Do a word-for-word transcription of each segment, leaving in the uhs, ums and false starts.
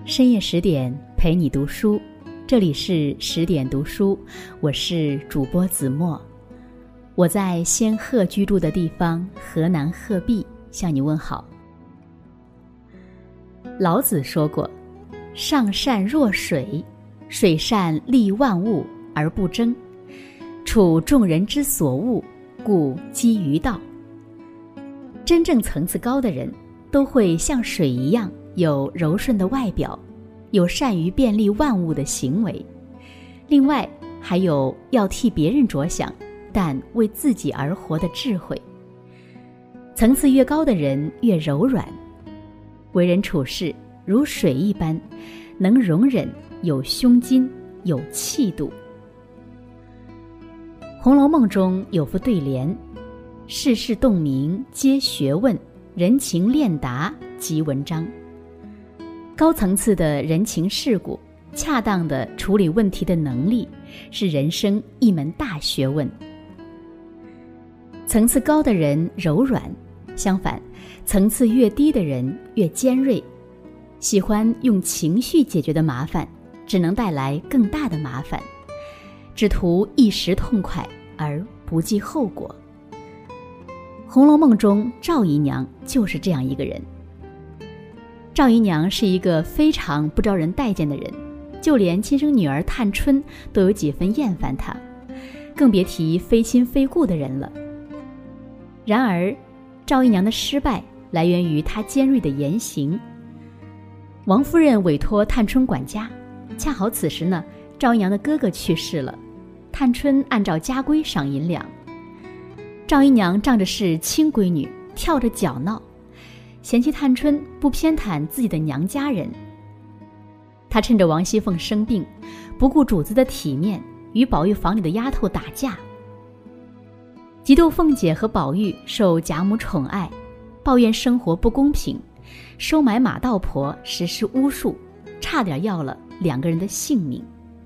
深夜十点陪你读书，这里是十点读书，我是主播子墨。我在仙鹤居住的地方河南鹤壁向你问好。老子说过，上善若水，水善利万物而不争，处众人之所恶，故几于道。真正层次高的人都会像水一样有柔顺的外表，有善于便利万物的行为，另外还有要替别人着想但为自己而活的智慧。层次越高的人越柔软，为人处事如水一般，能容忍，有胸襟，有气度。《红楼梦》中有副对联，世事洞明皆学问，人情练达即文章。高层次的人情世故，恰当的处理问题的能力，是人生一门大学问。层次高的人柔软，相反，层次越低的人越尖锐，喜欢用情绪解决的麻烦，只能带来更大的麻烦，只图一时痛快而不计后果。《红楼梦》中赵姨娘就是这样一个人。赵姨娘是一个非常不招人待见的人，就连亲生女儿探春都有几分厌烦她，更别提非亲非故的人了。然而赵姨娘的失败来源于她尖锐的言行。王夫人委托探春管家，恰好此时呢，赵姨娘的哥哥去世了，探春按照家规赏银两。赵姨娘仗着是亲闺女，跳着脚闹，嫌弃探春不偏袒自己的娘家人。她趁着王熙凤生病，不顾主子的体面，与宝玉房里的丫头打架。嫉妒凤姐和宝玉受贾母宠爱，抱怨生活不公平，收买马道婆实施巫术，差点要了两个人的性命。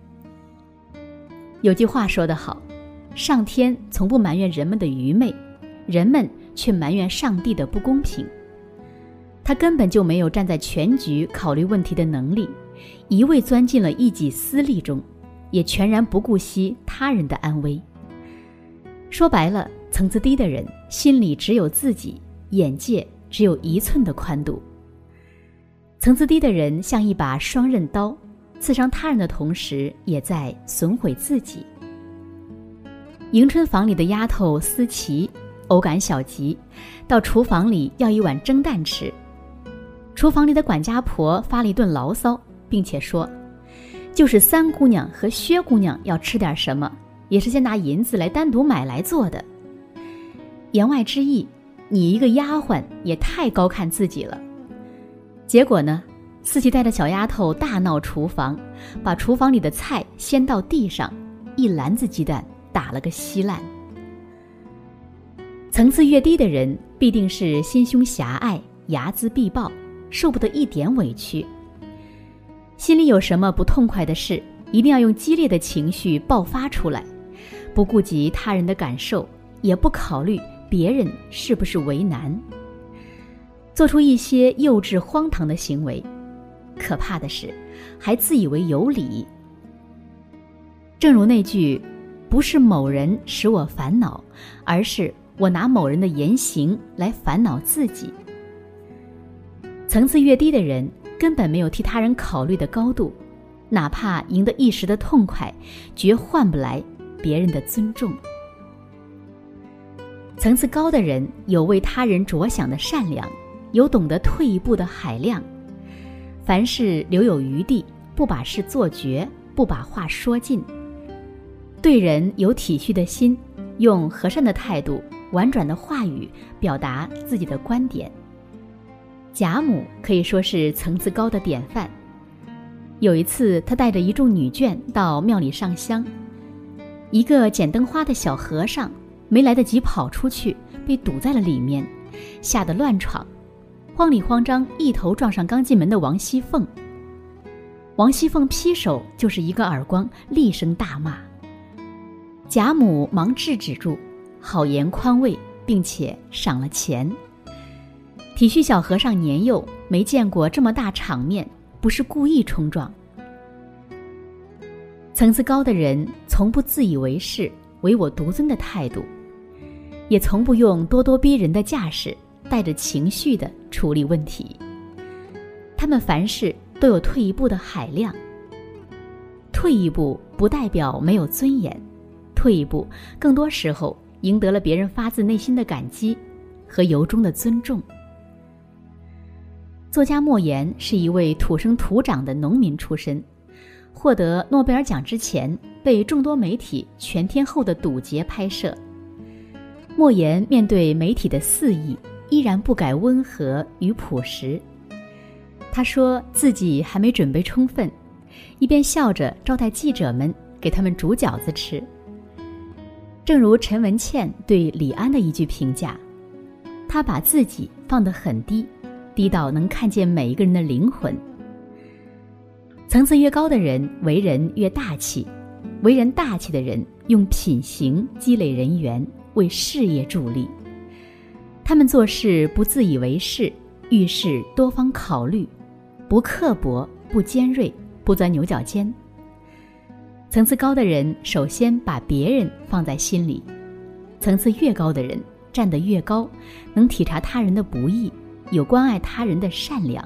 有句话说得好，上天从不埋怨人们的愚昧，人们却埋怨上帝的不公平。他根本就没有站在全局考虑问题的能力，一味钻进了一己私利中，也全然不顾惜他人的安危。说白了，层次低的人心里只有自己，眼界只有一寸的宽度。层次低的人像一把双刃刀，刺伤他人的同时，也在损毁自己。迎春房里的丫头思琪偶感小疾，到厨房里要一碗蒸蛋吃。厨房里的管家婆发了一顿牢骚，并且说，就是三姑娘和薛姑娘要吃点什么，也是先拿银子来单独买来做的。言外之意，你一个丫鬟也太高看自己了。结果呢，思琪带着小丫头大闹厨房，把厨房里的菜掀到地上，一篮子鸡蛋打了个稀烂。层次越低的人必定是心胸狭隘，睚眦必报，受不得一点委屈。心里有什么不痛快的事，一定要用激烈的情绪爆发出来，不顾及他人的感受，也不考虑别人是不是为难，做出一些幼稚荒唐的行为。可怕的是，还自以为有理。正如那句，不是某人使我烦恼，而是我拿某人的言行来烦恼自己。层次越低的人根本没有替他人考虑的高度，哪怕赢得一时的痛快，绝换不来别人的尊重。层次高的人有为他人着想的善良，有懂得退一步的海量，凡事留有余地，不把事做绝，不把话说尽，对人有体恤的心，用和善的态度，婉转的话语表达自己的观点。贾母可以说是层次高的典范。有一次，她带着一众女眷到庙里上香，一个捡灯花的小和尚没来得及跑出去，被堵在了里面，吓得乱闯，慌里慌张一头撞上刚进门的王熙凤。王熙凤劈手就是一个耳光，厉声大骂。贾母忙制止住，好言宽慰，并且赏了钱。体恤小和尚年幼，没见过这么大场面， 不是故意冲撞。层次高的人从不自以为是、唯我独尊的态度，也从不用咄咄逼人的架势，带着情绪地处理问题。他们凡事都有退一步的海量。退一步不代表没有尊严，退一步更多时候赢得了别人发自内心的感激和由衷的尊重。作家莫言是一位土生土长的农民出身，获得诺贝尔奖之前被众多媒体全天候的堵截拍摄。莫言面对媒体的肆意，依然不改温和与朴实。他说自己还没准备充分，一边笑着招待记者们，给他们煮饺子吃。正如陈文茜对李安的一句评价，他把自己放得很低，低到能看见每一个人的灵魂。层次越高的人，为人越大气，为人大气的人用品行积累人缘，为事业助力。他们做事不自以为是，遇事多方考虑，不刻薄，不尖锐，不钻牛角尖。层次高的人首先把别人放在心里，层次越高的人站得越高，能体察他人的不易，有关爱他人的善良。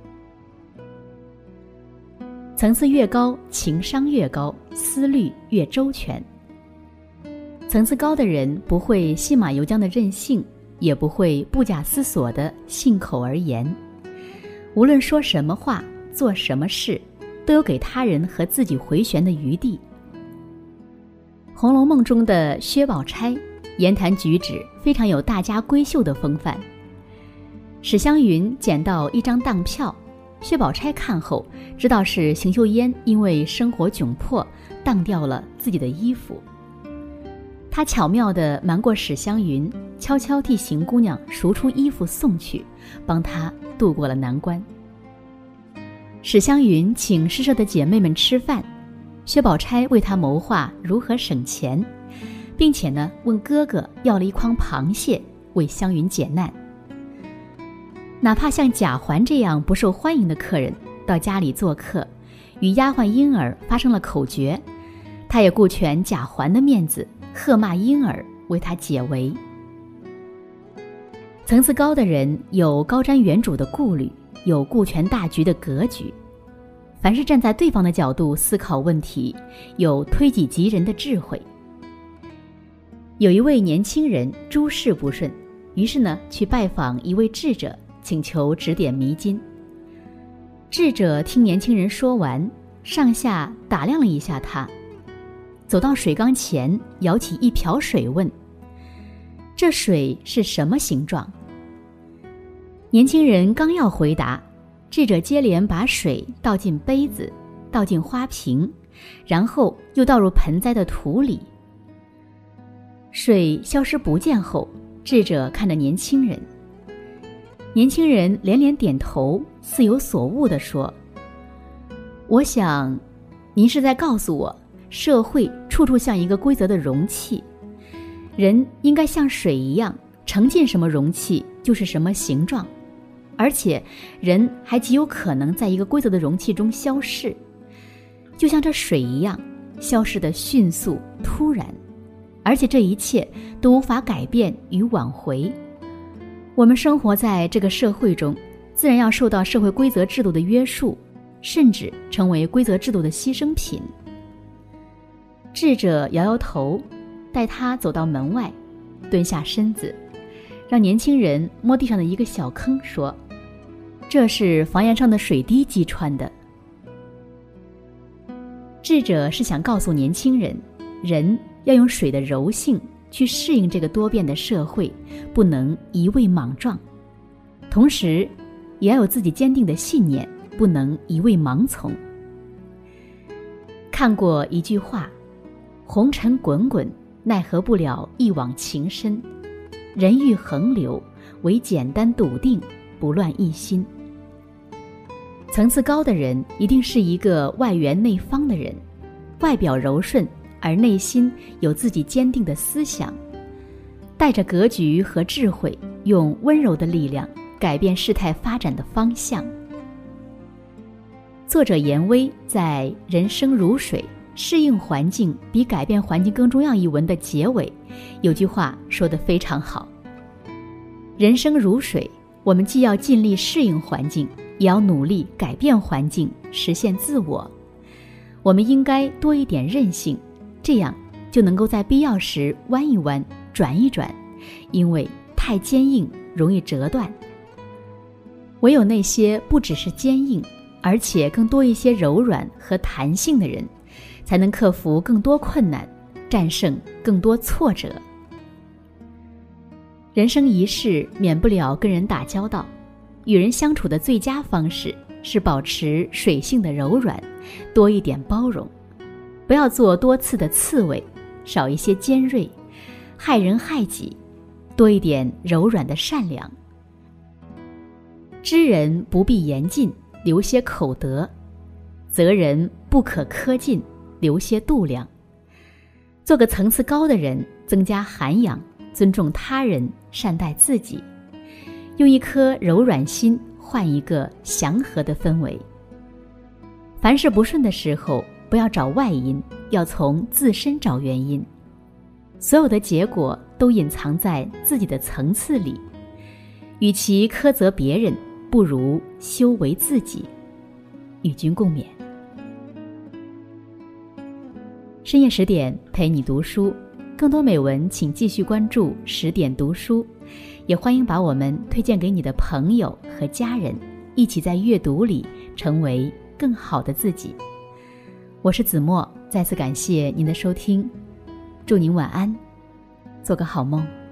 层次越高，情商越高，思虑越周全。层次高的人不会信马由缰的任性，也不会不假思索的信口而言。无论说什么话，做什么事，都有给他人和自己回旋的余地。《红楼梦》中的薛宝钗言谈举止非常有大家闺秀的风范。史湘云捡到一张当票，薛宝钗看后知道是邢岫烟因为生活窘迫当掉了自己的衣服，她巧妙地瞒过史湘云，悄悄替邢姑娘赎出衣服送去，帮她渡过了难关。史湘云请诗社的姐妹们吃饭，薛宝钗为她谋划如何省钱，并且呢问哥哥要了一筐螃蟹为湘云解难。哪怕像贾环这样不受欢迎的客人到家里做客，与丫鬟莺儿发生了口角，他也顾全贾环的面子，喝骂莺儿为他解围。层次高的人有高瞻远瞩的顾虑，有顾全大局的格局，凡是站在对方的角度思考问题，有推己及人的智慧。有一位年轻人诸事不顺，于是呢去拜访一位智者，请求指点迷津。智者听年轻人说完，上下打量了一下他，走到水缸前，舀起一瓢水问：这水是什么形状？年轻人刚要回答，智者接连把水倒进杯子，倒进花瓶，然后又倒入盆栽的土里。水消失不见后，智者看着年轻人，年轻人连连点头，似有所悟地说：我想您是在告诉我，社会处处像一个规则的容器，人应该像水一样，盛进什么容器就是什么形状，而且人还极有可能在一个规则的容器中消逝，就像这水一样，消失得迅速突然，而且这一切都无法改变与挽回。我们生活在这个社会中，自然要受到社会规则制度的约束，甚至成为规则制度的牺牲品。智者摇摇头，带他走到门外，蹲下身子，让年轻人摸地上的一个小坑，说：这是房檐上的水滴击穿的。智者是想告诉年轻人，人要用水的柔性去适应这个多变的社会，不能一味莽撞，同时也要有自己坚定的信念，不能一味盲从。看过一句话：红尘滚滚，奈何不了一往情深，人欲横流，唯简单笃定，不乱一心。层次高的人一定是一个外圆内方的人，外表柔顺，而内心有自己坚定的思想，带着格局和智慧，用温柔的力量改变事态发展的方向。 作者严威在《人生如水，适应环境比改变环境更重要》一文的结尾，有句话说得非常好：人生如水，我们既要尽力适应环境，也要努力改变环境，实现自我。我们应该多一点韧性，这样就能够在必要时弯一弯，转一转，因为太坚硬容易折断。唯有那些不只是坚硬，而且更多一些柔软和弹性的人，才能克服更多困难，战胜更多挫折。人生一世，免不了跟人打交道，与人相处的最佳方式是保持水性的柔软，多一点包容，不要做多刺的刺猬，少一些尖锐，害人害己，多一点柔软的善良。知人不必言尽，留些口德；责人不可苛尽，留些度量。做个层次高的人，增加涵养，尊重他人，善待自己，用一颗柔软心换一个祥和的氛围。凡事不顺的时候，不要找外因，要从自身找原因。所有的结果都隐藏在自己的层次里，与其苛责别人，不如修为自己。与君共勉。深夜十点陪你读书，更多美文请继续关注十点读书，也欢迎把我们推荐给你的朋友和家人，一起在阅读里成为更好的自己。我是子墨，再次感谢您的收听，祝您晚安，做个好梦。